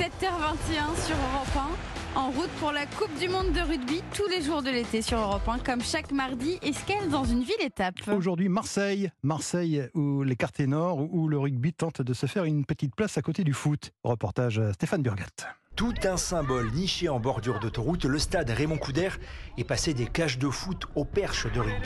7h21 sur Europe 1, en route pour la Coupe du Monde de rugby tous les jours de l'été sur Europe 1, comme chaque mardi, escale dans une ville étape. Aujourd'hui, Marseille, où les quartiers nord, où le rugby tente de se faire une petite place à côté du foot. Reportage Stéphane Burgat. Tout un symbole niché en bordure d'autoroute, le stade Raymond Couder est passé des cages de foot aux perches de rugby.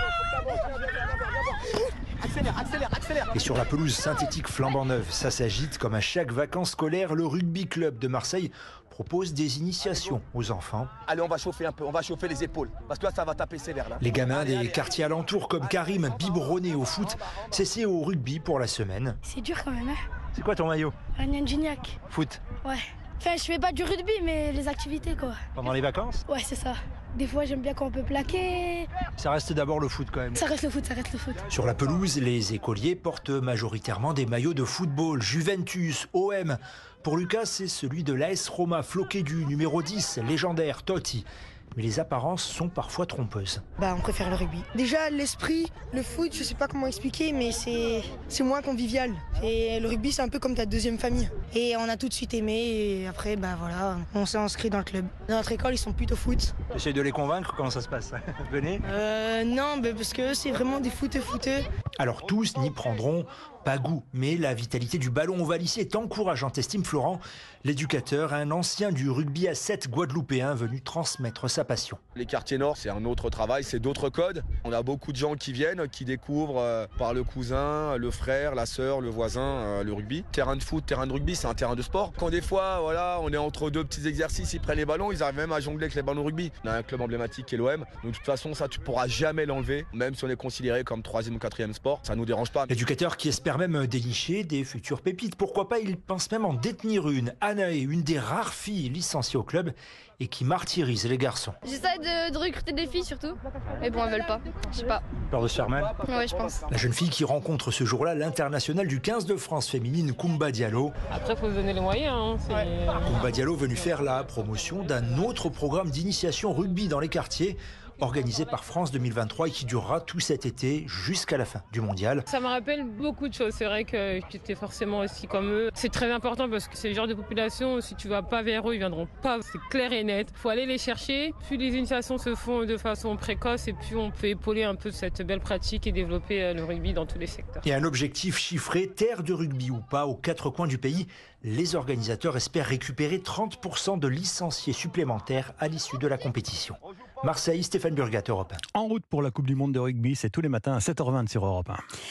Accélère. Et sur la pelouse synthétique flambant neuve, ça s'agite comme à chaque vacances scolaires. Le rugby club de Marseille propose des initiations aux enfants. Allez, on va chauffer un peu, on va chauffer les épaules, parce que là, ça va taper sévère. Là. Les gamins des quartiers alentours comme Karim, biberonné au foot, s'essaient au rugby pour la semaine. C'est dur quand même, hein. C'est quoi ton maillot? Ragnan Gignac. Foot. Ouais. Enfin, je fais pas du rugby, mais les activités, quoi. Pendant les vacances? Ouais, c'est ça. Des fois, j'aime bien quand on peut plaquer. Ça reste d'abord le foot quand même. Ça reste le foot. Sur la pelouse, les écoliers portent majoritairement des maillots de football, Juventus, OM. Pour Lucas, c'est celui de l'AS Roma, floqué du numéro 10, légendaire Totti. Mais les apparences sont parfois trompeuses. On préfère le rugby. Déjà, l'esprit, le foot, je sais pas comment expliquer, mais c'est moins convivial. Et le rugby, c'est un peu comme ta deuxième famille. Et on a tout de suite aimé, et après, voilà, on s'est inscrit dans le club. Dans notre école, ils sont plutôt foot. J'essaie de les convaincre, comment ça se passe? Venez. Non, parce que c'est vraiment des footeux. Alors tous n'y prendront pas goût, mais la vitalité du ballon ovalisé est encourageante, estime Florent, l'éducateur, un ancien du rugby à 7 guadeloupéen venu transmettre sa passion. Les quartiers nord, c'est un autre travail, c'est d'autres codes. On a beaucoup de gens qui viennent, qui découvrent par le cousin, le frère, la sœur, le voisin, le rugby. Terrain de foot, terrain de rugby, c'est un terrain de sport. Quand des fois, voilà, on est entre deux petits exercices, ils prennent les ballons, ils arrivent même à jongler avec les ballons de rugby. On a un club emblématique qui est l'OM, donc de toute façon, ça, tu pourras jamais l'enlever, même si on est considéré comme 3e ou 4e sport, ça nous dérange pas. L'éducateur qui espère même dénicher des futures pépites. Pourquoi pas, il pense même en détenir une. Anaé, une des rares filles licenciées au club et qui martyrise les garçons. J'essaie de recruter des filles surtout, mais bon, elles veulent pas, je sais pas. Peur de se faire mal? Ouais, je pense. La jeune fille qui rencontre ce jour-là l'international du 15 de France féminine, Koumba Diallo. Après, il faut se donner les moyens. Koumba Diallo venu faire la promotion d'un autre programme d'initiation rugby dans les quartiers, organisé par France 2023 et qui durera tout cet été jusqu'à la fin du mondial. Ça me rappelle beaucoup de choses. C'est vrai que j'étais forcément aussi comme eux. C'est très important parce que c'est le genre de population, si tu vas pas vers eux, ils viendront pas. C'est clair et net. Il faut aller les chercher. Plus les initiations se font de façon précoce et plus on peut épauler un peu cette belle pratique et développer le rugby dans tous les secteurs. Et un objectif chiffré, terre de rugby ou pas, aux 4 coins du pays, les organisateurs espèrent récupérer 30% de licenciés supplémentaires à l'issue de la compétition. Marseille, Stéphane Burgat, Europe 1. En route pour la Coupe du Monde de rugby, c'est tous les matins à 7h20 sur Europe 1.